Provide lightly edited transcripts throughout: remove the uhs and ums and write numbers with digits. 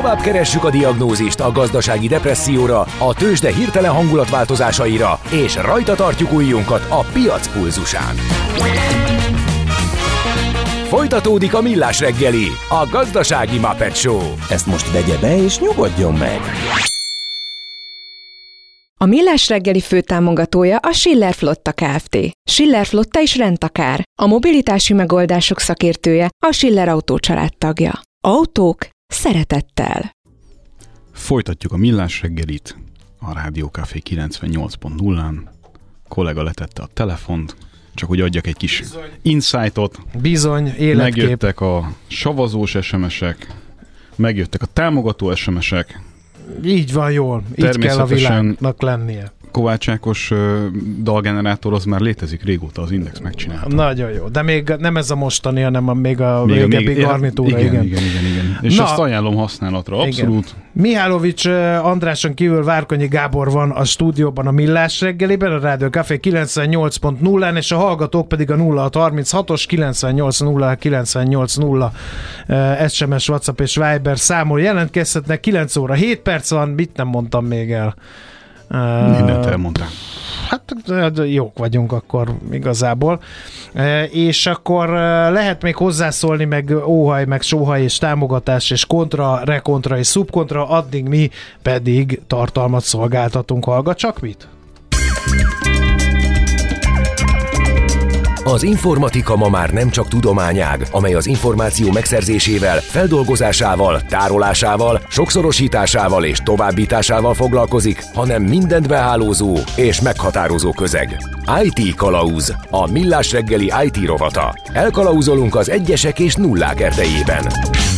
Tovább keressük a diagnózist a gazdasági depresszióra, a tőzsde hirtelen hangulatváltozásaira, és rajta tartjuk ujjunkat a piac pulzusán. Folytatódik a Millás reggeli, a gazdasági Muppet Show. Ezt most vegye be és nyugodjon meg! A Millás reggeli főtámogatója a Schiller Flotta Kft. Schiller Flotta is rendtakár. A mobilitási megoldások szakértője, a Schiller Autó család tagja. Autók szeretettel. Folytatjuk a Millás reggelit a Rádió Café 98.0-án. Kollega letette a telefont, csak hogy adjak egy kis insightot. Bizony, életkép. Megjöttek a savazós SMS-ek, megjöttek a támogató SMS-ek. Így van, jól. Így kell a világnak lennie. Kovács Ákos dalgenerátor az már létezik régóta, az Index megcsinálta. Nagyon jó, de még nem ez a mostani, hanem még a régebbi garnitúra. Igen. És azt ajánlom használatra, abszolút. Igen. Mihálovics Andráson kívül Várkonyi Gábor van a stúdióban a Millás reggeliben, a Rádió Café 98.0-án, és a hallgatók pedig a 0636-os 98.0 SMS, WhatsApp és Viber számol jelentkezhetnek. 9 óra 7 perc van, mit nem mondtam még el? Mindent elmondtam. Hát jók vagyunk akkor igazából. És akkor lehet még hozzászólni, meg óhaj, meg sóhaj és támogatás, és kontra, rekontra és szubkontra, addig mi pedig tartalmat szolgáltatunk. Hallgat csak mit? Az informatika ma már nem csak tudományág, amely az információ megszerzésével, feldolgozásával, tárolásával, sokszorosításával és továbbításával foglalkozik, hanem mindent behálózó és meghatározó közeg. IT Kalauz, a Millás reggeli IT rovata. Elkalauzolunk az egyesek és nullák erdejében.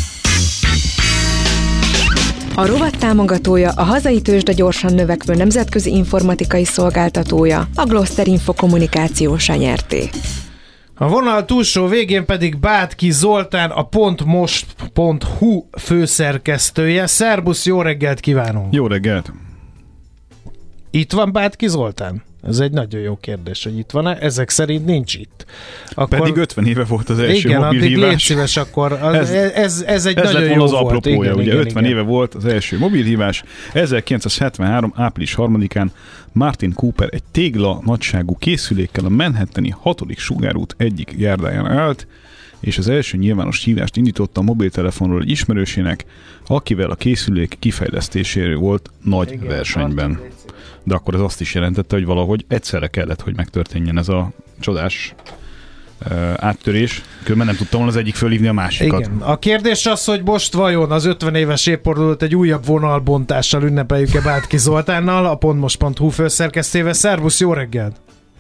A rovat támogatója a hazai tőzsde gyorsan növekvő nemzetközi informatikai szolgáltatója, a Gloster Info Kommunikációs Nyrt. A vonal túlsó végén pedig Bátki Zoltán, a pontmost.hu főszerkesztője. Szerbusz, jó reggelt kívánunk! Jó reggelt! Itt van Bátki Zoltán? Ez egy nagyon jó kérdés, hogy itt van-e. Ezek szerint nincs itt. Akkor... Pedig 50 éve volt az első mobilhívás. Igen, addig légy szíves, akkor ez egy nagyon jó az volt. Apropója, ugye 50 éve volt az első mobilhívás. 1973. április 3-án Martin Cooper egy tégla nagyságú készülékkel a Manhattani 6. sugárút egyik járdáján állt, és az első nyilvános hívást indította a mobiltelefonról egy ismerősének, akivel a készülék kifejlesztéséről volt nagy versenyben. De akkor ez azt is jelentette, hogy valahogy egyszerre kellett, hogy megtörténjen ez a csodás áttörés. Különben nem tudtam volna az egyik fölhívni a másikat. Igen. A kérdés az, hogy most vajon az 50 éves évfordulót egy újabb vonalbontással ünnepeljük-e Bátki Zoltánnal, a pontmost.hu főszerkesztőjével. Szervusz, jó reggelt!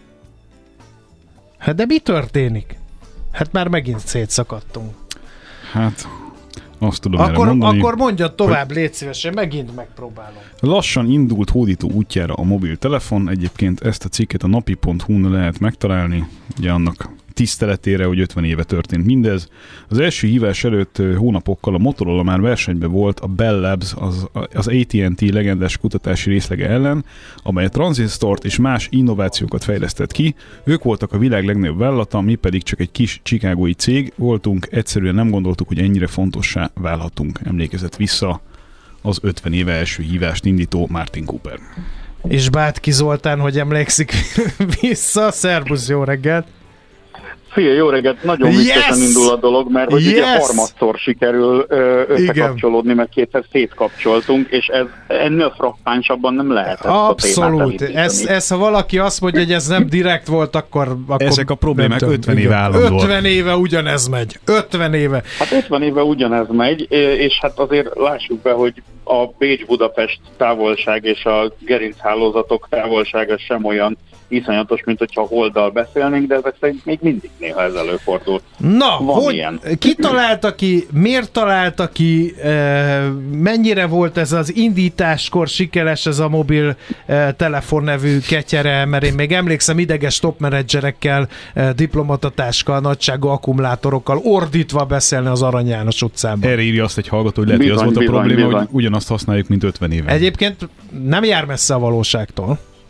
Hát de mi történik? Hát már megint szétszakadtunk. Hát... Azt tudom erre mondani, akkor mondjad tovább, légy szívesen, megint megpróbálom. Lassan indult hódító útjára a mobiltelefon, egyébként ezt a cikket a napi.hu-n lehet megtalálni, ugye annak tiszteletére, hogy 50 éve történt mindez. Az első hívás előtt hónapokkal a Motorola már versenyben volt a Bell Labs, az AT&T legendás kutatási részlege ellen, amely a tranzisztort és más innovációkat fejlesztett ki. Ők voltak a világ legnagyobb vállalata, mi pedig csak egy kis chicagói cég voltunk, egyszerűen nem gondoltuk, hogy ennyire fontossá válhatunk. Emlékezett vissza az 50 éve első hívást indító Martin Cooper. És Bátki Zoltán, hogy emlékszik vissza? Szerbusz, jó reggelt! Fia, jó reggelt! Nagyon viccesen indul a dolog, mert hogy ugye harmadszor sikerül összekapcsolódni, mert kétszer szétkapcsoltunk, és ez ennél frappánsabban nem lehet. Abszolút. Ez, ha valaki azt mondja, hogy ez nem direkt volt, akkor ezek a problémák 50 éve állandóak. 50 éve ugyanez megy. 50 éve. Hát 50 éve ugyanez megy, és hát azért lássuk be, hogy a Bécs-Budapest távolság és a gerinchálózatok távolsága sem olyan iszonyatos, mint hogyha Holddal beszélnénk, de ezek szerint még mindig néha ez előfordul. Na, ki találta ki, miért találta ki, mennyire volt ez az indításkor sikeres ez a mobil telefon nevű ketyere, mert én még emlékszem ideges topmenedzserekkel, diplomatatáska, nagyságú akkumulátorokkal ordítva beszélni az Arany János utcában. Erre írja azt egy hallgató, hogy lehet, hogy az volt a probléma, hogy ugyanazt használjuk, mint 50 éve. Egyébként nem jár messze a valóságtól.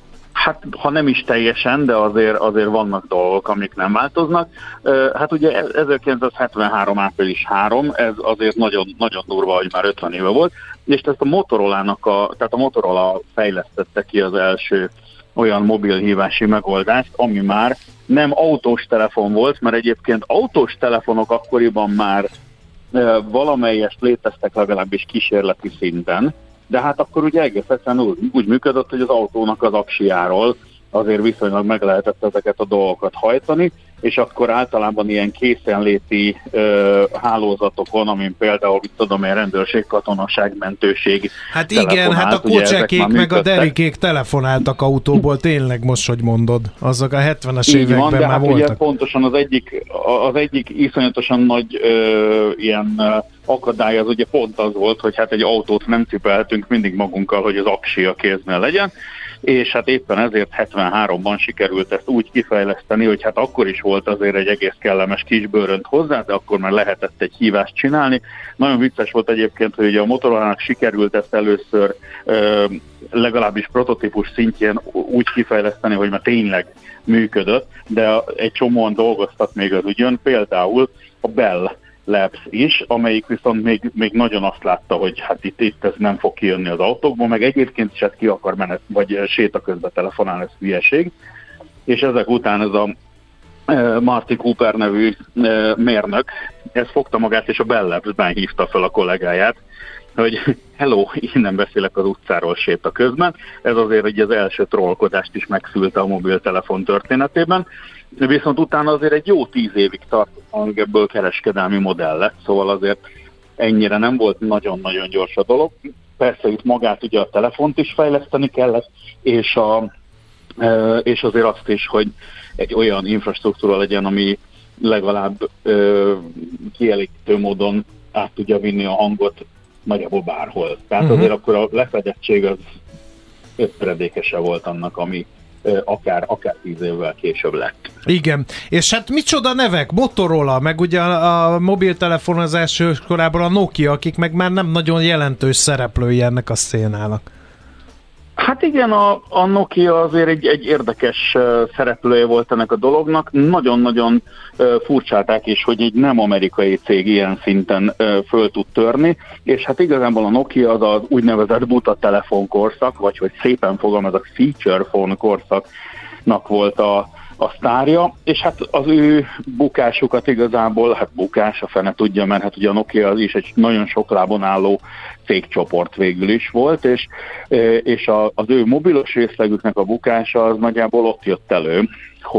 Hát, ha nem is teljesen, de azért vannak dolgok, amik nem változnak. Hát ugye 1973. április 3, ez azért nagyon, nagyon durva, hogy már 50 éve volt, és ezt a Motorolának tehát a Motorola fejlesztette ki az első olyan mobilhívási megoldást, ami már nem autós telefon volt, mert egyébként autós telefonok akkoriban már valamelyest léteztek legalábbis kísérleti szinten, de hát akkor ugye egész egyszerűen úgy működött, hogy az autónak az aksiáról azért viszonylag meg lehetett ezeket a dolgokat hajtani, és akkor általában ilyen készenléti hálózatokon, amin például, mit tudom én, rendőrség, katonaság, mentőség. Hát igen, hát a kocsekék meg a derikék telefonáltak autóból, tényleg most, hogy mondod, azok a 70-es években van, de már hát voltak. Ugye pontosan az egyik iszonyatosan nagy ilyen akadály az ugye pont az volt, hogy hát egy autót nem cipelhetünk mindig magunkkal, hogy az aksi a kéznél legyen, és hát éppen ezért 73-ban sikerült ezt úgy kifejleszteni, hogy hát akkor is volt azért egy egész kellemes kisbőrönt hozzá, de akkor már lehetett egy hívást csinálni. Nagyon vicces volt egyébként, hogy ugye a Motorolának sikerült ezt először legalábbis prototípus szintjén úgy kifejleszteni, hogy már tényleg működött, de egy csomóan dolgoztak még az ügyön, például a Bell Labs is, amelyik viszont még nagyon azt látta, hogy hát itt ez nem fog kijönni az autókból, meg egyébként is ki akar menet, vagy séta közben telefonálni, ez hülyeség. És ezek után ez a Marty Cooper nevű mérnök, ez fogta magát, és a Bell Labs-ben hívta fel a kollégáját, hogy hello, innen beszélek az utcáról séta közben. Ez azért így az első trollkodást is megszülte a mobiltelefon történetében. Viszont utána azért egy jó 10 évig tartott, amíg ebből kereskedelmi modell lett, szóval azért ennyire nem volt nagyon-nagyon gyors a dolog. Persze itt magát ugye a telefont is fejleszteni kellett, és azért azt is, hogy egy olyan infrastruktúra legyen, ami legalább kielégítő módon át tudja vinni a hangot nagyjából bárhol. Tehát azért akkor a lefedettség az öttöredékese volt annak, ami akár 10 évvel később lett. Igen, és hát micsoda nevek, Motorola, meg ugye a mobiltelefon az első korában a Nokia, akik meg már nem nagyon jelentős szereplői ennek a szénának. Hát igen, a Nokia azért egy érdekes szereplője volt ennek a dolognak. Nagyon-nagyon furcsálták is, hogy egy nem amerikai cég ilyen szinten föl tud törni, és hát igazából a Nokia az az úgynevezett buta telefonkorszak, vagy hogy szépen fogalmazok, feature phone korszaknak volt a sztárja, és hát az ő bukásukat igazából, hát bukás, a fene tudja, mert hát ugye a Nokia az is egy nagyon sok lábon álló cégcsoport végül is volt, és az ő mobilos részlegüknek a bukása az nagyjából ott jött elő,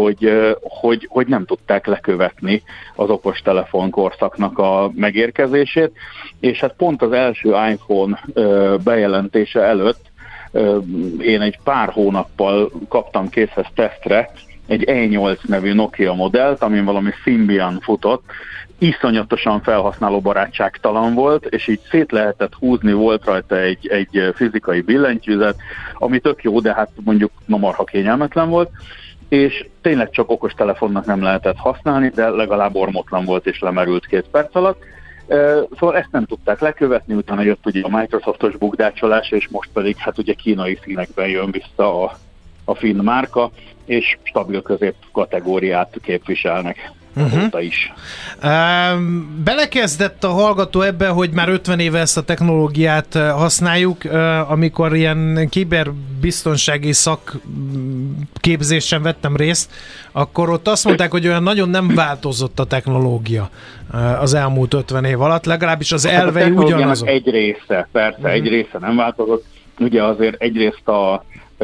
hogy nem tudták lekövetni az okostelefon korszaknak a megérkezését, és hát pont az első iPhone bejelentése előtt én egy pár hónappal kaptam készhez tesztre egy E8 nevű Nokia modellt, amin valami Symbian futott, iszonyatosan felhasználóbarátságtalan volt, és így szét lehetett húzni, volt rajta egy fizikai billentyűzet, ami tök jó, de hát mondjuk marha kényelmetlen volt, és tényleg csak okostelefonnak nem lehetett használni, de legalább ormotlan volt és lemerült 2 perc alatt. Szóval ezt nem tudták lekövetni, utána jött ugye a Microsoftos bukdácsolás, és most pedig hát ugye kínai színekben jön vissza a finn márka, és stabil közép kategóriát képviselnek azóta is. Belekezdett a hallgató ebbe, hogy már 50 éve ezt a technológiát használjuk, amikor ilyen kiberbiztonsági szakképzésen vettem részt, akkor ott azt mondták, hogy olyan nagyon nem változott a technológia az elmúlt 50 év alatt, legalábbis az elvei ugyanazok. Egy része, persze, egy része nem változott. Ugye azért egyrészt a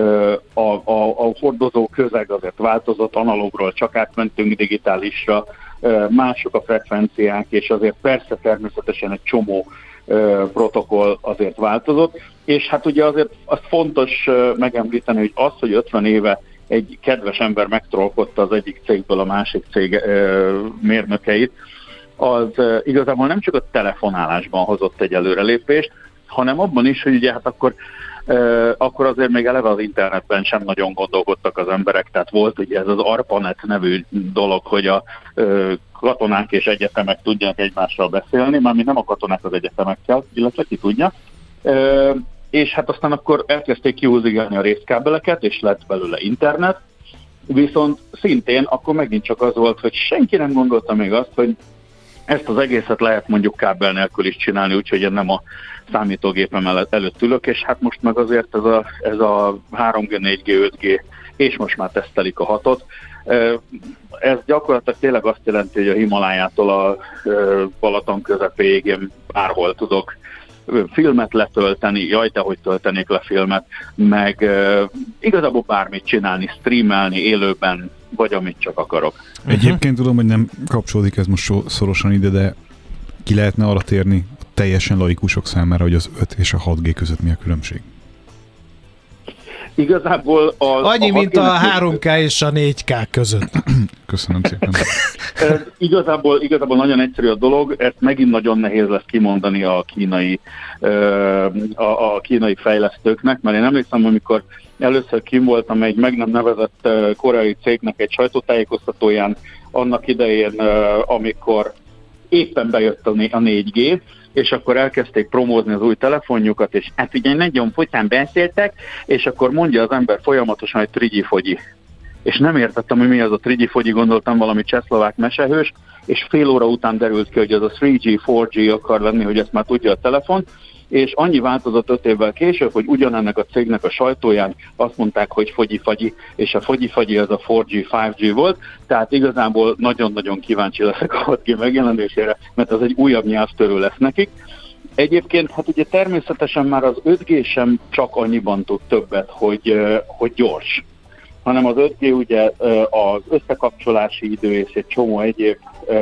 hordozó közeg azért változott, analógról csak átmentünk digitálisra, mások a frekvenciák, és azért persze természetesen egy csomó protokoll azért változott, és hát ugye azért az fontos megemlíteni, hogy az, hogy 50 éve egy kedves ember megtrollkodta az egyik cégből a másik cég mérnökeit, az igazából nem csak a telefonálásban hozott egy előrelépést, hanem abban is, hogy ugye hát akkor azért még eleve az internetben sem nagyon gondolkodtak az emberek, tehát volt ugye ez az ARPANET nevű dolog, hogy a katonák és egyetemek tudjanak egymással beszélni, mármint nem a katonák az egyetemekkel, illetve ki tudja. és hát aztán akkor elkezdték kihúzigálni a részkábeleket, és lett belőle internet, viszont szintén akkor megint csak az volt, hogy senki nem gondolta még azt, hogy ezt az egészet lehet mondjuk kábel nélkül is csinálni, úgyhogy én nem a számítógépem előtt ülök, és hát most meg azért ez a 3G, 4G, 5G, és most már tesztelik a 6-ot. Ez gyakorlatilag tényleg azt jelenti, hogy a Himalájától a Balaton közepéig én bárhol tudok filmet letölteni, jaj, te hogy töltenék le filmet, meg igazából bármit csinálni, streamelni élőben, vagy amit csak akarok. Egyébként tudom, hogy nem kapcsolódik ez most szorosan ide, de ki lehetne arra térni teljesen laikusok számára, hogy az 5 és a 6G között mi a különbség? Igazából annyi, mint a 3K és a 4K között. Köszönöm szépen. Igazából nagyon egyszerű a dolog, ezt megint nagyon nehéz lesz kimondani a kínai fejlesztőknek, mert én emlékszem, amikor először kim voltam egy meg nem nevezett koreai cégnek egy sajtótájékoztatóján annak idején, amikor éppen bejött a 4G, és akkor elkezdték promózni az új telefonjukat, és hát ugye nagyon fután beszéltek, és akkor mondja az ember folyamatosan, hogy 3G fogyi. És nem értettem, hogy mi az a 3G fogyi, gondoltam valami csehszlovák mesehős, és fél óra után derült ki, hogy az a 3G, 4G akar lenni, hogy ezt már tudja a telefon, és annyi változott 5 évvel később, hogy ugyanennek a cégnek a sajtóján azt mondták, hogy fogyi-fagyi, és a fogyi-fagyi az a 4G, 5G volt, tehát igazából nagyon-nagyon kíváncsi leszek a 6G megjelenésére, mert az egy újabb nyelvtörő lesz nekik. Egyébként, hát ugye természetesen már az 5G sem csak annyiban tud többet, hogy gyors, hanem az 5G ugye az összekapcsolási idő és egy csomó egyéb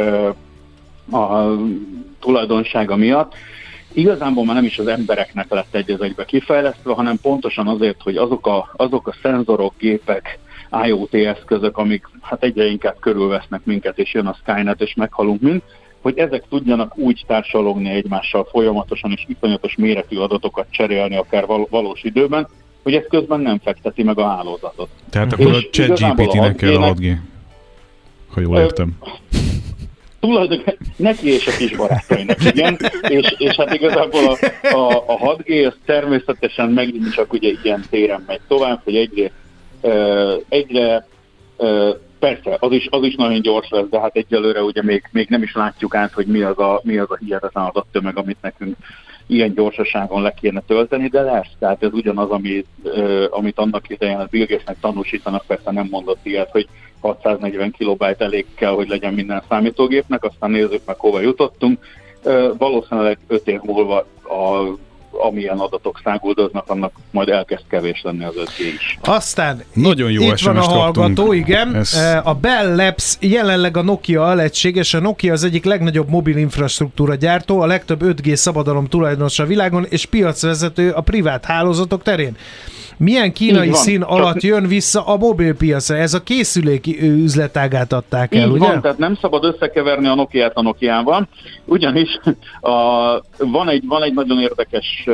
a tulajdonsága miatt igazából már nem is az embereknek lett egy egybe kifejlesztve, hanem pontosan azért, hogy azok a szenzorok, gépek, IoT eszközök, amik hát egyre inkább körülvesznek minket, és jön a Skynet, és meghalunk mind, hogy ezek tudjanak úgy társalogni egymással folyamatosan, és iszonyatos méretű adatokat cserélni akár valós időben, hogy ez közben nem fekteti meg a hálózatot. Tehát akkor a ChatGPT-nek kell a 6G, ha jól értem. Tulajdonképpen neki és a kis barátainak, igen, és hát igazából a 6G az természetesen megint csak ugye ilyen téren megy tovább, hogy egyre persze, az is nagyon gyors lesz, de hát egyelőre ugye még nem is látjuk át, hogy mi az a hihetetlen adattömeg, amit nekünk ilyen gyorsaságon le kéne tölteni, de lesz. Tehát ez ugyanaz, amit annak idején a Bill Gatesnek tanúsítanak, persze nem mondott ilyet, hogy 640 kilobájt elég kell, hogy legyen minden számítógépnek, aztán nézzük meg, hova jutottunk. Valószínűleg 5 év múlva amilyen adatok száguldoznak, annak majd elkezd kevés lenni az 5G is. Aztán nagyon jó itt van a hallgató, kaptunk. igen. A Bell Labs jelenleg a Nokia alegységes. A Nokia az egyik legnagyobb mobil infrastruktúra gyártó, a legtöbb 5G szabadalom tulajdonosa a világon, és piacvezető a privát hálózatok terén. Milyen kínai szín alatt jön vissza a mobilpiacra? Ez a készülék üzletágát adták el, így ugye? Van, tehát nem szabad összekeverni a Nokiát a Nokiával, ugyanis van egy nagyon érdekes,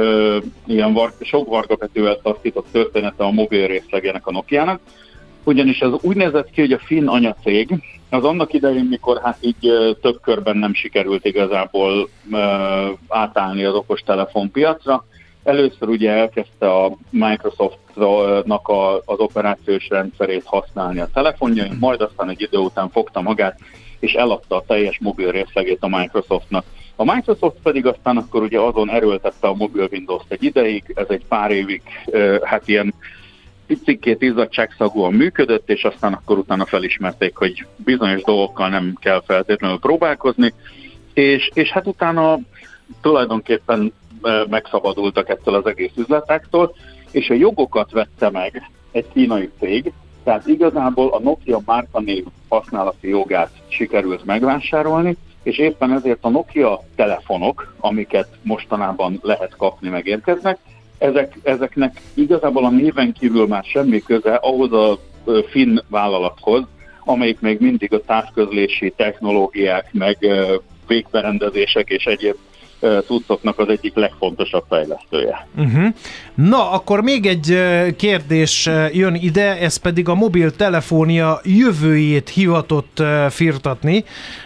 sok vargabetűvel tasztított története a mobil részlegének a Nokiának, ugyanis az úgy nézett ki, hogy a finn anyacég, az annak idején, mikor hát így több körben nem sikerült igazából átállni az okostelefon piacra, először ugye elkezdte a Microsoftnak az operációs rendszerét használni a telefonjain, majd aztán egy idő után fogta magát, és eladta a teljes mobil részlegét a Microsoftnak. A Microsoft pedig aztán akkor ugye azon erőltette a mobil Windows-t egy ideig, ez egy pár évig hát ilyen picikét izzadságszagúan működött, és aztán akkor utána felismerték, hogy bizonyos dolgokkal nem kell feltétlenül próbálkozni, és hát utána tulajdonképpen megszabadultak ettől az egész üzletáktól, és a jogokat vette meg egy kínai cég, tehát igazából a Nokia márkanév használati jogát sikerült megvásárolni, és éppen ezért a Nokia telefonok, amiket mostanában lehet kapni, megérkeznek, ezeknek igazából a néven kívül már semmi köze ahhoz a finn vállalathoz, amelyik még mindig a távközlési technológiák, meg végberendezések és egyéb cuccoknak az egyik legfontosabb fejlesztője. Na, akkor még egy kérdés jön ide, ez pedig a mobiltelefónia jövőjét hivatott firtatni,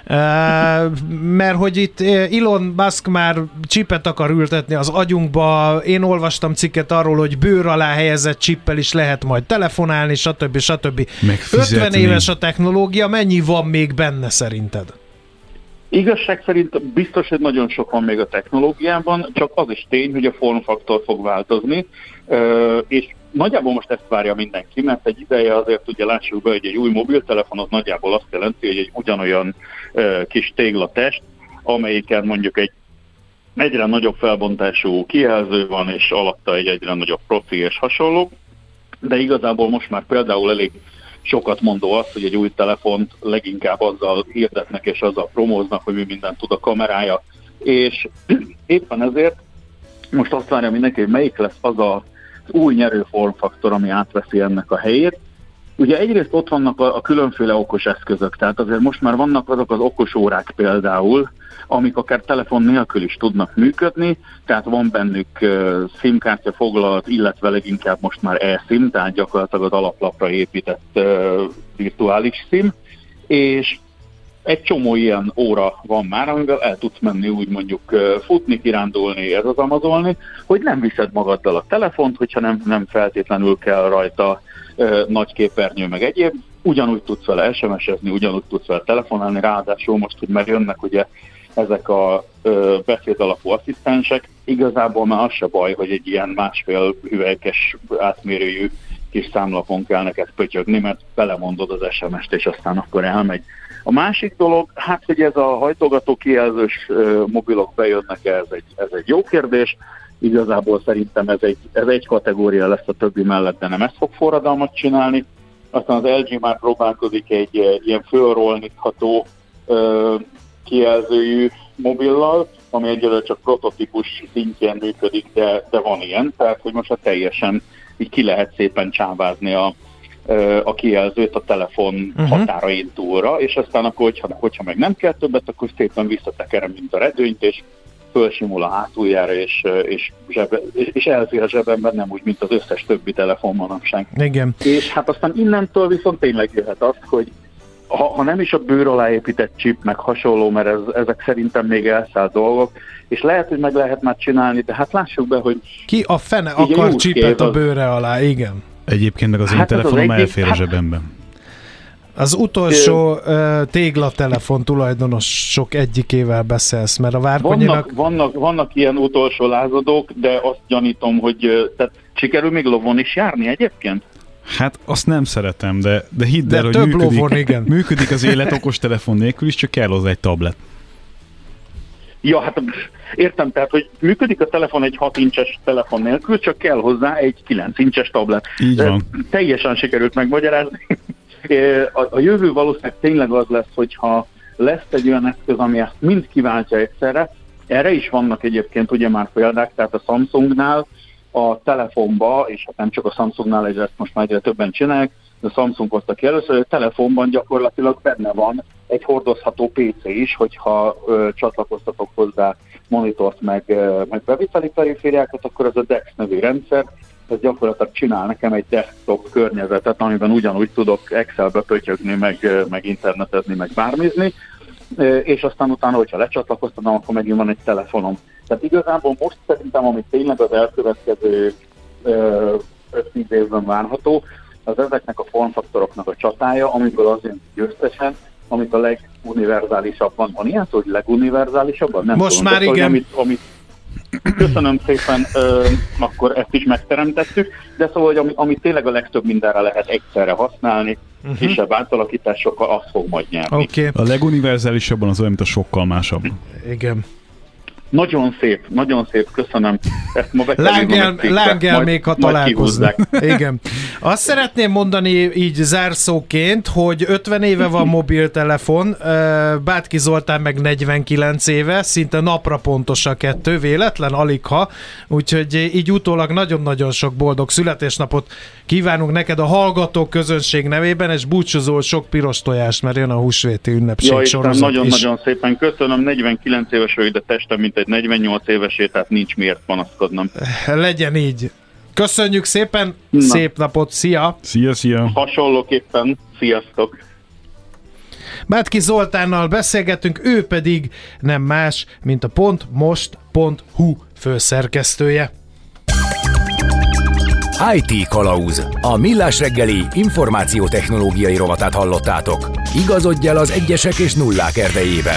mert hogy itt Elon Musk már csipet akar ültetni az agyunkba, én olvastam cikket arról, hogy bőr alá helyezett csippel is lehet majd telefonálni, stb. 50 éves a technológia, mennyi van még benne szerinted? Igazság szerint biztos, hogy nagyon sok van még a technológiában, csak az is tény, hogy a formfaktor fog változni, és nagyjából most ezt várja mindenki, mert egy ideje azért ugye lássuk be, hogy egy új mobiltelefonot nagyjából azt jelenti, hogy egy ugyanolyan kis téglatest, amelyiken mondjuk egy egyre nagyobb felbontású kijelző van, és alatta egy egyre nagyobb profi és hasonló, de igazából most már például elég sokat mondó azt, hogy egy új telefont leginkább azzal hirdetnek és azzal promóznak, hogy mi mindent tud a kamerája, és éppen ezért most azt várja mindenki, hogy melyik lesz az az új nyerő formfaktor, ami átveszi ennek a helyét. Ugye egyrészt ott vannak a különféle okos eszközök, tehát azért most már vannak azok az okos órák például, amik akár telefon nélkül is tudnak működni, tehát van bennük SIM-kártya foglalt, illetve leginkább most már eSIM, tehát gyakorlatilag az alaplapra épített virtuális SIM, és egy csomó ilyen óra van már, amivel el tudsz menni úgy mondjuk futni, kirándulni, amazolni, hogy nem viszed magaddal a telefont, hogyha nem feltétlenül kell rajta nagy képernyő meg egyéb, ugyanúgy tudsz vele SMS-ezni, ugyanúgy tudsz vele telefonálni, ráadásul most, hogy már jönnek ugye ezek a beszéd alapú asszisztensek, igazából már az se baj, hogy egy ilyen 1,5 hüvelykes átmérőjű kis számlapon kell neked pötyögni, mert belemondod az SMS-t, és aztán akkor elmegy. A másik dolog, hát hogy ez a hajtogató kijelzős mobilok bejönnek, ez egy jó kérdés. Igazából szerintem ez egy kategória lesz a többi mellett, de nem ez fog forradalmat csinálni. Aztán az LG már próbálkozik egy ilyen fölról nyitható kijelzőjű mobillal, ami egyelőre csak prototípus szintjén működik, de van ilyen, tehát hogy most teljesen így ki lehet szépen csávázni a kijelzőt a telefon határain túlra, és aztán akkor, hogyha meg nem kell többet, akkor szépen visszatekerem, mint a redőnyt, és fölsimul a hátuljára, és elfér a zsebemben, nem úgy, mint az összes többi telefon manapság. Igen. És hát aztán innentől viszont tényleg jöhet az, hogy ha nem is a bőr alá épített chip, meg hasonló, mert ezek szerintem még elszállt dolgok, és lehet, hogy meg lehet már csinálni, de hát lássuk be, hogy... Ki a fene akar chipet a bőre alá, igen. Egyébként meg az én telefonom elfér a zsebemben. Az utolsó téglatelefon tulajdonosok egyikével beszélsz, mert a Várkonyinak... Vannak ilyen utolsó lázadók, de azt gyanítom, hogy tehát sikerül még lovon is járni egyébként? Hát azt nem szeretem, de hidd el, hogy több lovon, igen. Működik az élet okostelefon nélkül is, csak kell hozzá egy tablet. Ja, hát értem, tehát, hogy működik a telefon egy 6 incses telefon nélkül, csak kell hozzá egy 9 incses tablet. Így van. Teljesen sikerült megmagyarázni. A jövő valószínűleg tényleg az lesz, hogyha lesz egy olyan eszköz, ami ezt mind kiváltja egyszerre. Erre is vannak egyébként ugye már példák, tehát a Samsungnál a telefonba, és hát nem csak a Samsungnál, ezt most már egyre többen csinálják, de a Samsung hozta ki először, hogy a telefonban gyakorlatilag benne van egy hordozható PC is, hogyha csatlakoztatok hozzá monitort, meg beviteli perifériákat, akkor ez a DeX nevű rendszer, ez gyakorlatilag csinál nekem egy desktop környezetet, amiben ugyanúgy tudok Excelbe pötyögni, meg internetezni, meg bármizni, és aztán utána, hogyha lecsatlakoztatom, akkor megint van egy telefonom. Tehát igazából most szerintem, amit tényleg az elkövetkező 5-10 évben várható, az ezeknek a formfaktoroknak a csatája, amiből az jön győztesen, amit a leguniverzálisabban, van ilyen szó, hogy leguniverzálisabban? Nem most tudom, már igen. Köszönöm szépen, akkor ezt is megteremtettük, de szóval, hogy amit tényleg a legtöbb mindenre lehet egyszerre használni, kisebb átalakításokkal, azt fog majd nyerni. Okay. A leguniverzálisabban az olyan, mint a sokkal másabb. Igen. Nagyon szép, köszönöm. Ezt ma Lángel még, ha találkoznak. Igen. Azt szeretném mondani így zárszóként, hogy 50 éve van mobiltelefon, Bátki Zoltán meg 49 éve, szinte napra pontos a kettő, véletlen, aligha, úgyhogy így utólag nagyon-nagyon sok boldog születésnapot kívánunk neked a hallgató közönség nevében, és búcsúzol sok piros tojást, mert jön a húsvéti ünnepség sorozat. Nagyon-nagyon szépen köszönöm, 49 éves vagyok, de testem mint egy 48 évesé, tehát nincs miért panaszkodnom. Legyen így. Köszönjük szépen, szép napot, szia! Szia! Hasonlóképpen, sziasztok! Bátki Zoltánnal beszélgetünk, ő pedig nem más, mint a pontmost.hu főszerkesztője. IT Kalauz. A Millás reggeli információtechnológiai rovatát hallottátok. Igazodj el az egyesek és nullák erdejében.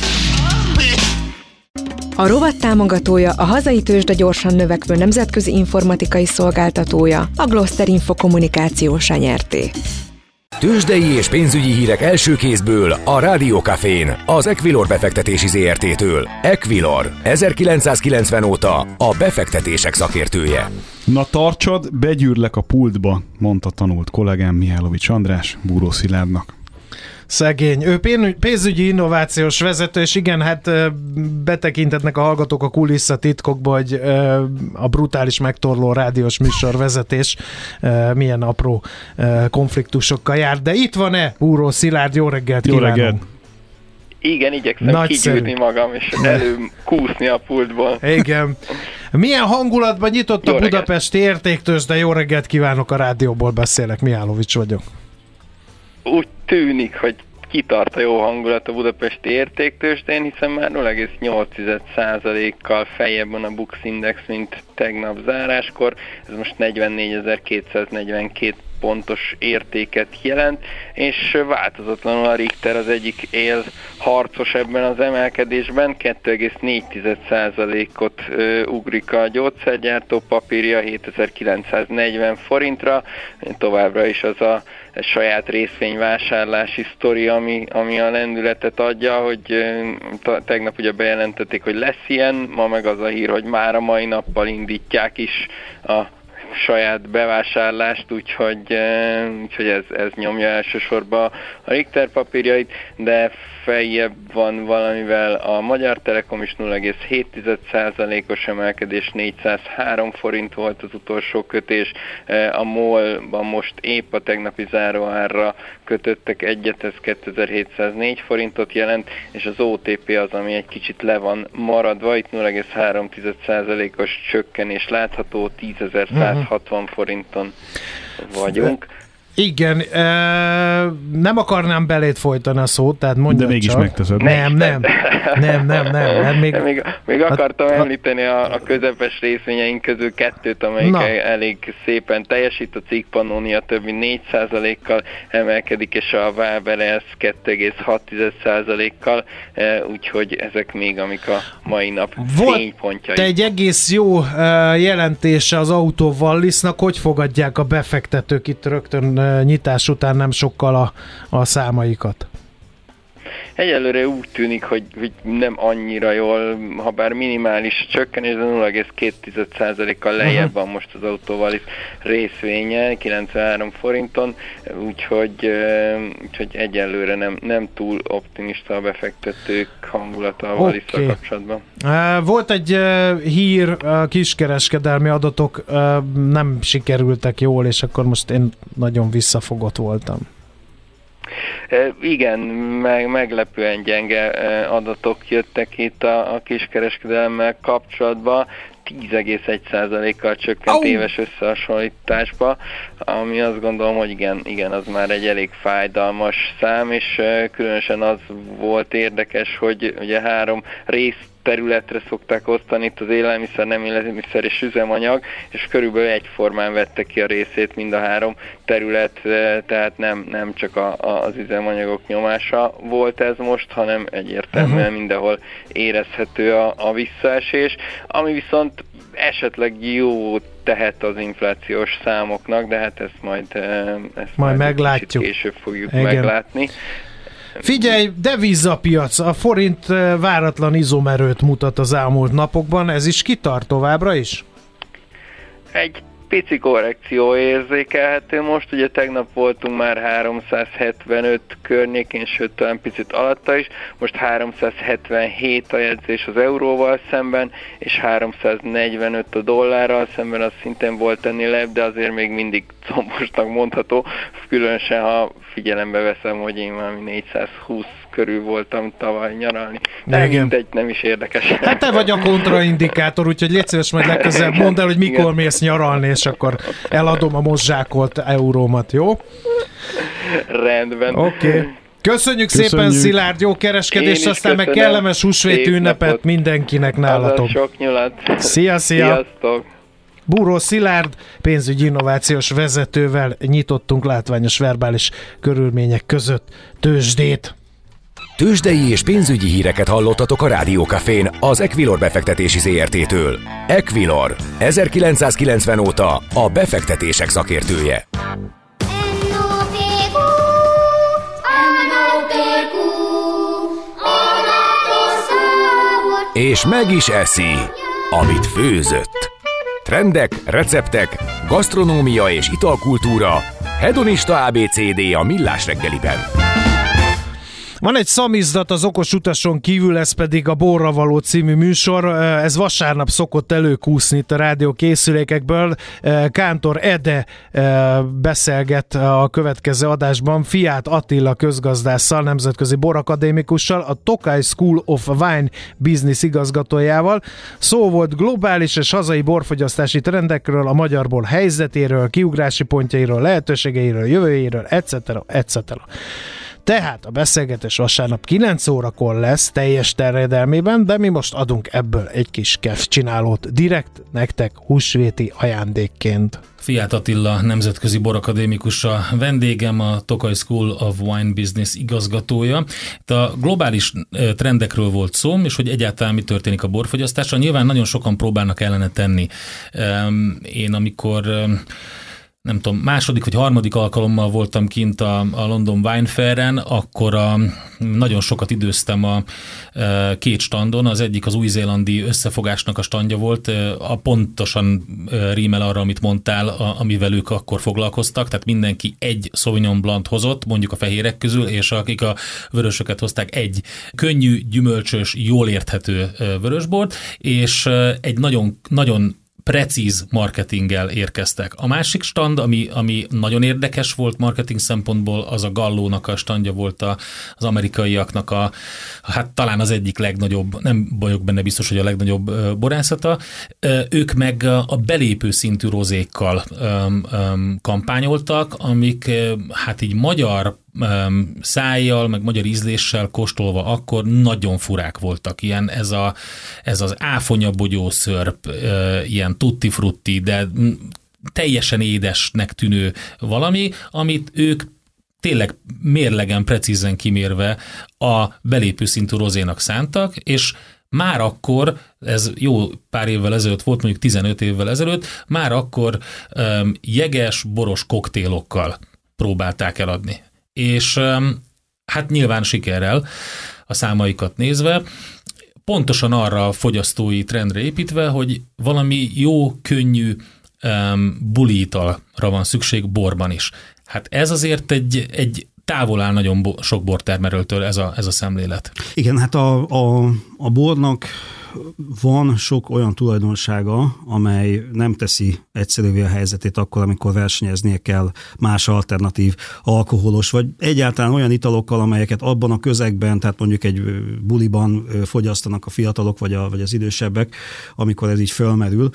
A rovat támogatója a hazai tőzsde gyorsan növekvő nemzetközi informatikai szolgáltatója, a Gloster Info Kommunikáció Nyrt. Tőzsdei és pénzügyi hírek első kézből a Rádiókafén, az Equilor befektetési ZRT-től. Equilor, 1990 óta a befektetések szakértője. Na tartsad, begyűrlek a pultba, mondta tanult kollégám Mihálovics András Búró Szilárdnak. Szegény. Ő pénzügyi innovációs vezető, és igen, hát betekintetnek a hallgatók a kulisszatitkokba, hogy a brutális megtorló rádiós műsorvezetés milyen apró konfliktusokkal jár. De itt van-e Búró Szilárd? Jó reggelt kívánunk! Jó reggelt! Igen, igyekszem kigyűrni magam, és előkúszni a pultból. Igen. Milyen hangulatban nyitott a budapesti értéktőzsde? Jó reggelt kívánok, a rádióból beszélek, Mihálovics vagyok. Úgy tűnik, hogy kitart a jó hangulat a budapesti értéktőzsdén, hiszen már 0,8%-kal feljebb van a Bux Index, mint tegnap záráskor. Ez most 44.242 pontos értéket jelent, és változatlanul a Richter az egyik élharcos ebben az emelkedésben, 2,4%-ot ugrik a gyógyszergyártó papírja 7940 forintra, továbbra is az a saját részvényvásárlási sztori, ami a lendületet adja, hogy tegnap ugye bejelentették, hogy lesz ilyen, ma meg az a hír, hogy már a mai nappal indítják is a saját bevásárlást, úgyhogy ez nyomja elsősorban a Richter papírjait, de feljebb van valamivel a Magyar Telekom is, 0,7%-os emelkedés, 403 forint volt az utolsó kötés, a MOL-ban most épp a tegnapi záróárra kötöttek egyet, ez 2704 forintot jelent, és az OTP az, ami egy kicsit le van maradva, itt 0,3%-os csökkenés látható, 10.160 forinton vagyunk. Igen, nem akarnám beléd folytani a szót, tehát mondjad. De mégis csak. megteszed. Nem. Még akartam említeni a közepes részvényeink közül kettőt, amelyik elég szépen teljesít. A Cig Pannonia több mint 4%-kal emelkedik, és a Waberers 2,6%-kal, úgyhogy ezek még, amik a mai nap fénypontjai. Te egy egész jó jelentése az Autó Wallisnak, hogy fogadják a befektetők itt rögtön nyitás után nem sokkal a számaikat? Egyelőre úgy tűnik, hogy nem annyira jól, ha bár minimális csökkenés, de 0,2%-kal lejjebb van most az Autó Wallis részvénye, 93 forinton, úgyhogy egyelőre nem túl optimista a befektetők hangulata a Wallissal kapcsolatban. Volt egy hír, kiskereskedelmi adatok nem sikerültek jól, és akkor most én nagyon visszafogott voltam. Igen, meglepően gyenge adatok jöttek itt a kiskereskedelemmel kapcsolatban, 10,1%-kal csökkent éves összehasonlításba, ami azt gondolom, hogy igen, az már egy elég fájdalmas szám, és különösen az volt érdekes, hogy ugye 3 területre szokták osztani itt az élelmiszer, nem élelmiszer és üzemanyag, és körülbelül egyformán vette ki a részét mind a 3 terület, tehát nem csak az üzemanyagok nyomása volt ez most, hanem egyértelműen mindenhol érezhető a visszaesés, ami viszont esetleg jó tehet az inflációs számoknak, de hát ezt majd meglátjuk. Később fogjuk meglátni. Figyelj, devizapiac, a forint váratlan izomerőt mutat az elmúlt napokban, ez is kitart továbbra is? Egy pici korrekció érzékelhető most, ugye tegnap voltunk már 375 környékén, sőt talán picit alatta is, most 377 a jegyzés az euróval szemben, és 345 a dollárral szemben, az szintén volt ennél lejjebb, de azért még mindig combosnak mondható, különösen ha figyelembe veszem, hogy én már 420 körül voltam tavaly nyaralni. De mindegy, nem is érdekes. Hát te vagy a kontraindikátor, úgyhogy légy szíves, majd legközelebb mondd el, hogy mikor mész nyaralni, és akkor eladom a most zsákolt eurómat, jó? Rendben. Oké. Köszönjük szépen, Szilárd, jó kereskedést, aztán meg kellemes húsvéti ünnepet mindenkinek nálatok. Sok nyulat. Szia! Sziasztok! Búró Szilárd pénzügyi innovációs vezetővel nyitottunk látványos verbális körülmények között tőzsdét. Tőzsdei és pénzügyi híreket hallottatok a Rádiókafén az Equilor befektetési ZRT-től. Equilor, 1990 óta a befektetések szakértője. És meg is eszi, amit főzött. Trendek, receptek, gasztronómia és italkultúra, hedonista ABCD a Millás reggeliben. Van egy szamizdat az okos utason kívül, ez pedig a Borra való című műsor. Ez vasárnap szokott előkúszni itt a rádió készülékekből. Kántor Ede beszélget a következő adásban Fiát Attila közgazdásszal, nemzetközi borakadémikussal, a Tokaj School of Wine Business igazgatójával. Szó volt globális és hazai borfogyasztási trendekről, a magyar bor helyzetéről, kiugrási pontjairól, lehetőségeiről, jövőjéről, etc. Tehát a beszélgetés vasárnap 9 órakor lesz teljes terjedelmében, de mi most adunk ebből egy kis kefcsinálót direkt nektek húsvéti ajándékként. Fiát Attila nemzetközi borakadémikus a vendégem, a Tokaj School of Wine Business igazgatója. Itt a globális trendekről volt szó, és hogy egyáltalán mi történik a borfogyasztással. Nyilván nagyon sokan próbálnak ellene tenni. Én amikor nem tudom, második vagy harmadik alkalommal voltam kint a London Wine Fair-en, akkor nagyon sokat időztem a két standon. Az egyik az új-zélandi összefogásnak a standja volt, pontosan rímel arra, amit mondtál, amivel ők akkor foglalkoztak, tehát mindenki egy Sauvignon Blanc hozott, mondjuk a fehérek közül, és akik a vörösöket hozták, egy könnyű, gyümölcsös, jól érthető vörösbort, és egy nagyon precíz marketinggel érkeztek. A másik stand, ami nagyon érdekes volt marketing szempontból, az a Gallónak a standja volt az amerikaiaknak hát talán az egyik legnagyobb, nem vagyok benne biztos, hogy a legnagyobb borászata. Ők meg a belépő szintű rozékkal kampányoltak, amik hát így magyar szájjal, meg magyar ízléssel kóstolva akkor nagyon furák voltak. Ilyen ez az áfonya bogyószörp, ilyen tutti frutti, de teljesen édesnek tűnő valami, amit ők tényleg mérlegen, precízen kimérve a belépő szintű rozénak szántak, és már akkor, ez jó pár évvel ezelőtt volt, mondjuk 15 évvel ezelőtt, már akkor jeges, boros koktélokkal próbálták eladni. És hát nyilván sikerrel a számaikat nézve, pontosan arra a fogyasztói trendre építve, hogy valami jó, könnyű buliitalra van szükség borban is. Hát ez azért egy távol áll nagyon sok bortermelőtől ez a szemlélet. Igen, hát a bornak van sok olyan tulajdonsága, amely nem teszi egyszerűvé a helyzetét akkor, amikor versenyeznie kell más alternatív alkoholos, vagy egyáltalán olyan italokkal, amelyeket abban a közegben, tehát mondjuk egy buliban fogyasztanak a fiatalok, vagy az idősebbek, amikor ez így fölmerül.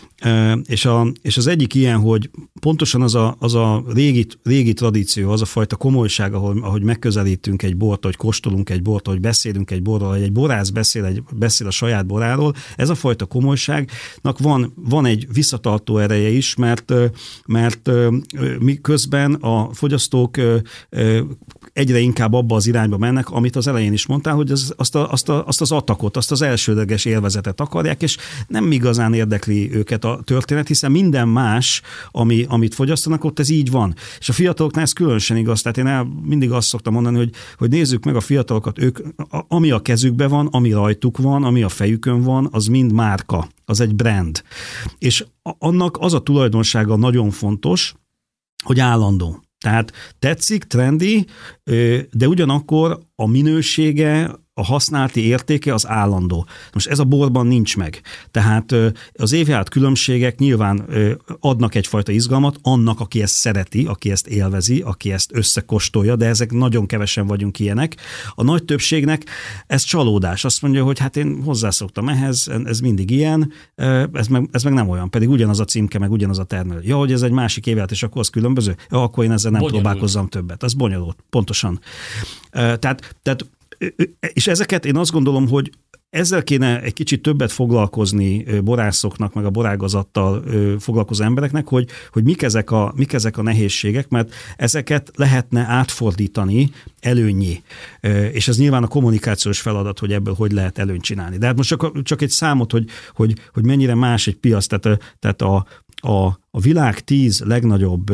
És az egyik ilyen, hogy pontosan az a régi tradíció, az a fajta komolyság, ahogy megközelítünk egy bort, hogy kóstolunk egy bort, hogy beszélünk egy borról, hogy egy borász beszél a saját boráról, ez a fajta komolyságnak van egy visszatartó ereje is, mert miközben a fogyasztók egyre inkább abba az irányba mennek, amit az elején is mondtál, hogy azt az atakot, azt az elsődleges élvezetet akarják, és nem igazán érdekli őket a történet, hiszen minden más, amit fogyasztanak, ott ez így van. És a fiataloknál ez különösen igaz. Tehát én mindig azt szoktam mondani, hogy nézzük meg a fiatalokat, ők, ami a kezükben van, ami rajtuk van, ami a fejükön van, az mind márka, az egy brand. És annak az a tulajdonsága nagyon fontos, hogy állandó. Tehát tetszik, trendi, de ugyanakkor a minősége, a használati értéke az állandó. Most ez a borban nincs meg. Tehát az évjárat különbségek nyilván adnak egyfajta izgalmat annak, aki ezt szereti, aki ezt élvezi, aki ezt összekóstolja, de ezek nagyon kevesen vagyunk ilyenek. A nagy többségnek ez csalódás. Azt mondja, hogy hát én hozzászoktam ehhez, ez mindig ilyen, ez meg nem olyan. Pedig ugyanaz a címke, meg ugyanaz a termelő. Ja, hogy ez egy másik évjárat, és akkor az különböző? Ja, akkor én ezzel nem próbálkozzam többet. Ez bonyolult, pontosan. Tehát és ezeket én azt gondolom, hogy ezzel kéne egy kicsit többet foglalkozni borászoknak, meg a borágazattal foglalkozó embereknek, hogy mik ezek a nehézségek, mert ezeket lehetne átfordítani előnnyé. És ez nyilván a kommunikációs feladat, hogy ebből hogy lehet előnyt csinálni. De hát most csak egy számot, hogy mennyire más egy piac, tehát a világ 10 legnagyobb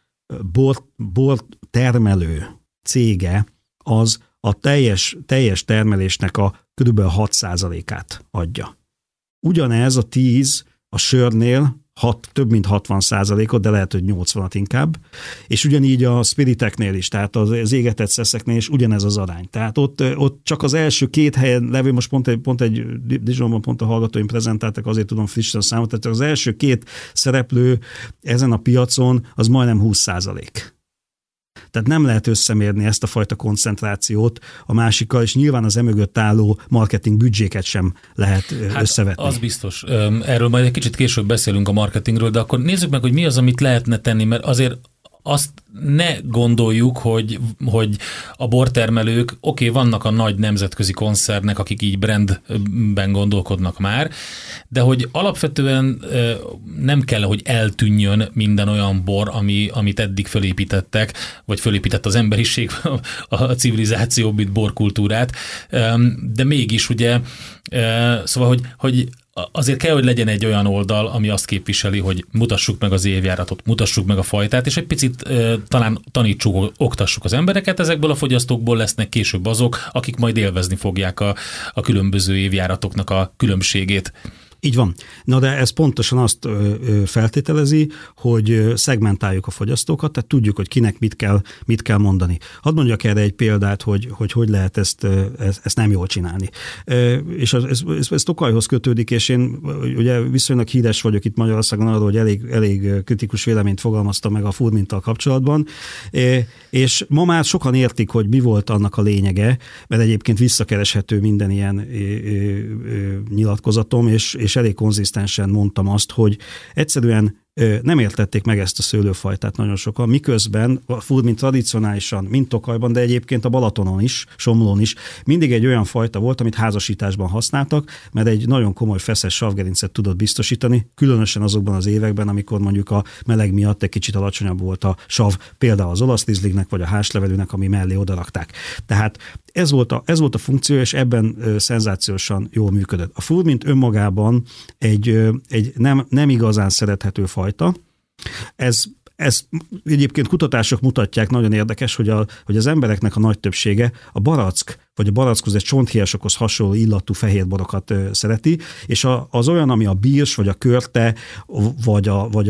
bor termelő cége az a teljes termelésnek a kb. 6%-át adja. Ugyanez a 10 a sörnél több mint 60%-ot, de lehet, hogy 80-at inkább, és ugyanígy a spiriteknél is, tehát az égetett szeszeknél is ugyanez az arány. Tehát ott csak az első 2 helyen levő, most pont egy Dijonban pont a hallgatóim prezentáltak, azért tudom frissen a számot, tehát az első 2 szereplő ezen a piacon az majdnem 20%. Tehát nem lehet összemérni ezt a fajta koncentrációt a másikkal, és nyilván az emögött álló marketing büdzséket sem lehet összevetni. Az biztos. Erről majd egy kicsit később beszélünk a marketingről, de akkor nézzük meg, hogy mi az, amit lehetne tenni, mert azért azt ne gondoljuk, hogy a bortermelők, vannak a nagy nemzetközi koncernek, akik így brandben gondolkodnak már, de hogy alapvetően nem kell, hogy eltűnjön minden olyan bor, amit eddig fölépítettek, vagy fölépített az emberiség, a civilizáció, mint borkultúrát, de mégis ugye, szóval, hogy azért kell, hogy legyen egy olyan oldal, ami azt képviseli, hogy mutassuk meg az évjáratot, mutassuk meg a fajtát, és egy picit talán tanítsuk, oktassuk az embereket, ezekből a fogyasztókból lesznek később azok, akik majd élvezni fogják a különböző évjáratoknak a különbségét. Így van. Na de ez pontosan azt feltételezi, hogy szegmentáljuk a fogyasztókat, tehát tudjuk, hogy kinek mit kell mondani. Hadd mondjak erre egy példát, hogy lehet ezt nem jól csinálni. És ez Tokajhoz kötődik, és én ugye viszonylag híres vagyok itt Magyarországon arról, hogy elég kritikus véleményt fogalmaztam meg a Furminttal kapcsolatban, és ma már sokan értik, hogy mi volt annak a lényege, mert egyébként visszakereshető minden ilyen nyilatkozatom, és elég konzisztensen mondtam azt, hogy egyszerűen nem értették meg ezt a szőlőfajtát nagyon sokan, miközben a Furmint tradicionálisan, mint Tokajban, de egyébként a Balatonon is, Somlón is, mindig egy olyan fajta volt, amit házasításban használtak, mert egy nagyon komoly feszes savgerincet tudott biztosítani, különösen azokban az években, amikor mondjuk a meleg miatt egy kicsit alacsonyabb volt a sav, például az olasz rizlingnek, vagy a házlevelűnek, ami mellé odarakták. Tehát ez volt a funkció, és ebben szenzációsan jól működött. A Furmint önmagában egy nem igazán szerethető fajta. Ez egyébként kutatások mutatják, nagyon érdekes, hogy az embereknek a nagy többsége a barack, vagy a barackhoz, egy csonthéjasokhoz hasonló illatú fehérborokat szereti, és az olyan, ami a birs, vagy a körte, vagy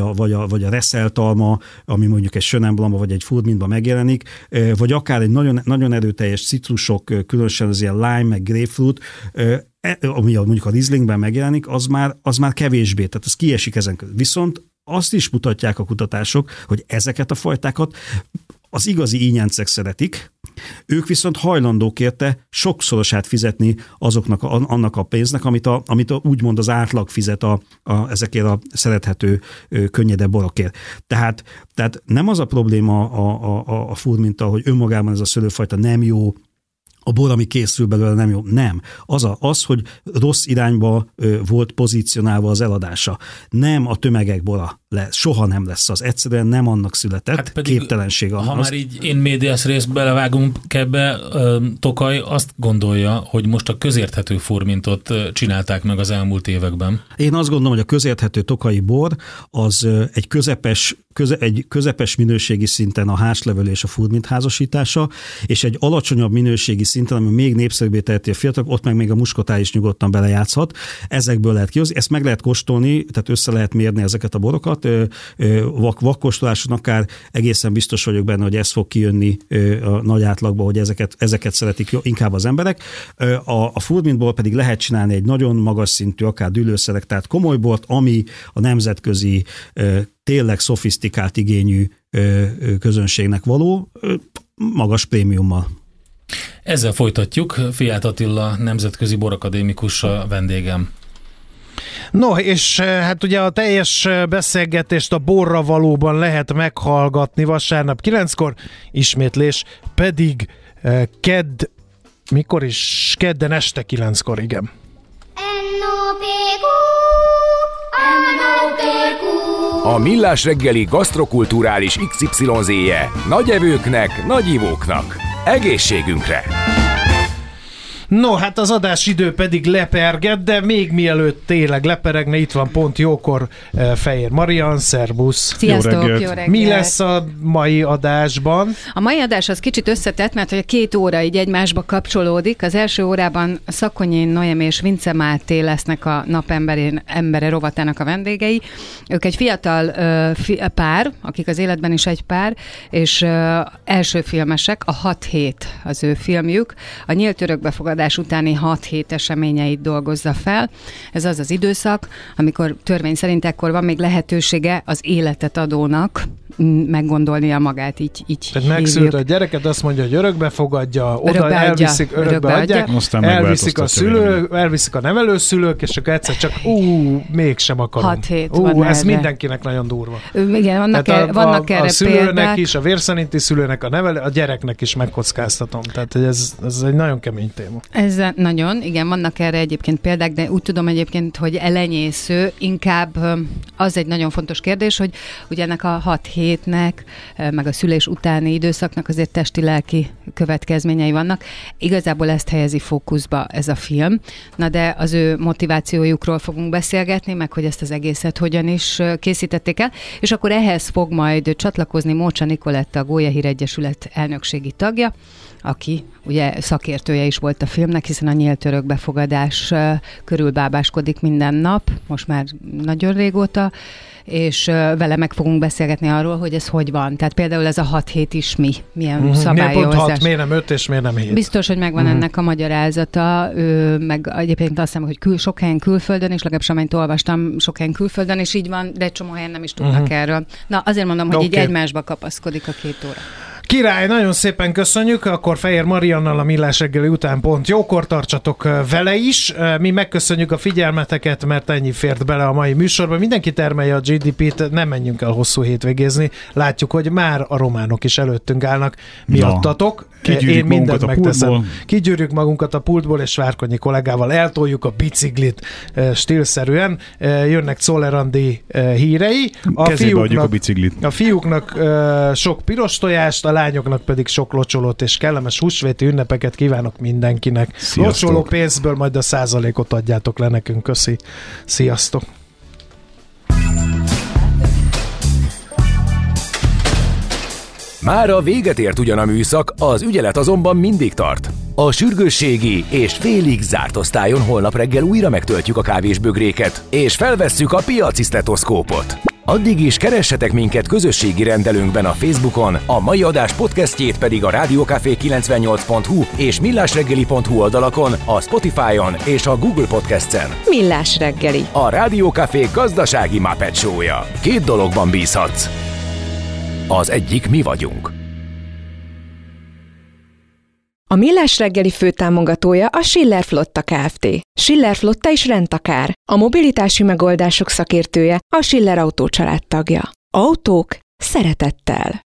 a reszeltalma, ami mondjuk egy Schönenblamba, vagy egy Furmintban megjelenik, vagy akár egy nagyon, nagyon erőteljes citrusok, különösen az ilyen lime, meg grapefruit, ami mondjuk a Rieslingben megjelenik, az már kevésbé, tehát az kiesik ezen között. Viszont azt is mutatják a kutatások, hogy ezeket a fajtákat az igazi ínyencek szeretik, ők viszont hajlandók érte sokszorosát fizetni annak a pénznek, amit úgymond az átlag fizet ezekért a szerethető, könnyedebb borokért. Tehát nem az a probléma a Furminttal, hogy önmagában ez a szőlőfajta nem jó a bor, ami készül belőle, nem jó. Nem. Az, hogy rossz irányba volt pozícionálva az eladása. Nem a tömegek bora lesz. Soha nem lesz az. Egyszerűen nem annak született. Hát pedig, képtelenség. Ha már így én médiás részt belevágunk ebbe, Tokaj azt gondolja, hogy most a közérthető formintot csinálták meg az elmúlt években. Én azt gondolom, hogy a közérthető tokai bor az egy közepes minőségi szinten a hárslevelő és a furmint házasítása, és egy alacsonyabb minőségi szinten, ami még népszerűbbé teheti a fiatalok, ott meg még a muskotáj is nyugodtan belejátszhat. Ezekből lehet kihozni, ezt meg lehet kóstolni, tehát össze lehet mérni ezeket a borokat. Vakkóstoláson akár egészen biztos vagyok benne, hogy ez fog kijönni a nagy átlagba, hogy ezeket szeretik inkább az emberek. A furmintból pedig lehet csinálni egy nagyon magas szintű, akár dűlőszelektált komoly bort, ami a nemzetközi tényleg szofisztikált igényű közönségnek való, magas prémiummal. Ezzel folytatjuk. Fiát Attila nemzetközi borakadémikus a vendégem. No, és hát ugye a teljes beszélgetést a borra valóban lehet meghallgatni vasárnap 9-kor, ismétlés pedig kedden este 9-kor, igen. A Millás reggeli gasztrokulturális XYZ-je nagy evőknek, nagy ivóknak. Egészségünkre! No, hát az adásidő pedig lepergett, de még mielőtt tényleg leperegne, itt van pont jókor Fejér Marian, szervusz! Sziasztok, jó reggelt! Mi lesz a mai adásban? A mai adás az kicsit összetett, mert hogy a 2 óra így egymásba kapcsolódik. Az első órában Szakonyi Noémi és Vince Máté lesznek a napembere rovatának a vendégei. Ők egy fiatal pár, akik az életben is egy pár, és első filmesek, a 6 hét az ő filmjük. A nyílt örökbefogadás utáni 6 hét eseményeit dolgozza fel. Ez az az időszak, amikor törvény szerint ekkor van még lehetősége az életet adónak meggondolnia magát, így tehát megszült a gyereket, azt mondja, hogy örökbe fogadja, oda elviszik, örökbe adják, elviszik a elviszik a nevelőszülők, és akkor egyszer csak mégsem akarom. 6 hét van ez erre. Mindenkinek nagyon durva. Igen, vannak erre a szülőnek példák. is, a vérszerinti szülőnek, a gyereknek is megkockáztatom. Tehát ez egy nagyon kemény téma. Ez nagyon, igen, vannak erre egyébként példák, de úgy tudom egyébként, hogy elenyésző, inkább az egy nagyon fontos kérdés, hogy ugye ennek a 6 hétnek, meg a szülés utáni időszaknak azért testi-lelki következményei vannak. Igazából ezt helyezi fókuszba ez a film. Na de az ő motivációjukról fogunk beszélgetni, meg hogy ezt az egészet hogyan is készítették el, és akkor ehhez fog majd csatlakozni Mócsa Nikoletta, a Gólyahír Egyesület elnökségi tagja, aki ugye szakértője is volt a filmnek, hiszen a nyílt örökbefogadás körül bábáskodik minden nap, most már nagyon régóta, és vele meg fogunk beszélgetni arról, hogy ez hogy van. Tehát például ez a 6 hét is milyen szabályozás. Miért pont 6, miért nem 5 és miért nem 7? Biztos, hogy megvan ennek a magyarázata, meg egyébként azt hiszem, hogy sok helyen külföldön, és legalábbis amennyit olvastam, sok helyen külföldön, és így van, de egy csomó helyen nem is tudnak erről. Na, azért mondom, hogy így egymásba kapaszkodik a 2 óra. Király, nagyon szépen köszönjük, akkor Fejér Mariannal a Millás reggeli után pont jókor tartsatok vele is. Mi megköszönjük a figyelmeteket, mert ennyi fért bele a mai műsorba. Mindenki termelje a GDP-t, nem menjünk el hosszú hétvégézni. Látjuk, hogy már a románok is előttünk állnak miattatok. Én mindent megteszem. Kigyűrjük magunkat a pultból, és Várkonyi kollégával eltoljuk a biciklit stílszerűen. Jönnek Czoller Andi hírei. Kezébe adjuk a biciklit. A fiúknak sok piros tojást, a lányoknak pedig sok locsolót és kellemes húsvéti ünnepeket kívánok mindenkinek. Locsoló pénzből majd a százalékot adjátok le nekünk. Köszi. Sziasztok! Mára véget ért ugyan a műszak, az ügyelet azonban mindig tart. A sürgősségi és félig zárt osztályon holnap reggel újra megtöltjük a kávésbögréket, és felvesszük a piaci sztetoszkópot. Addig is keressetek minket közösségi rendelőnkben a Facebookon, a mai adás podcastjét pedig a rádiókafé98.hu és millásreggeli.hu oldalakon, a Spotify-on és a Google Podcast-en. Millás reggeli. A Rádiókafé gazdasági Muppet show-ja. 2 dologban bízhatsz. Az egyik mi vagyunk. A Millás reggeli főtámogatója a Schiller Flotta Kft. Schiller Flotta és rendtakár. A mobilitási megoldások szakértője, a Schiller Autó család tagja. Autók szeretettel.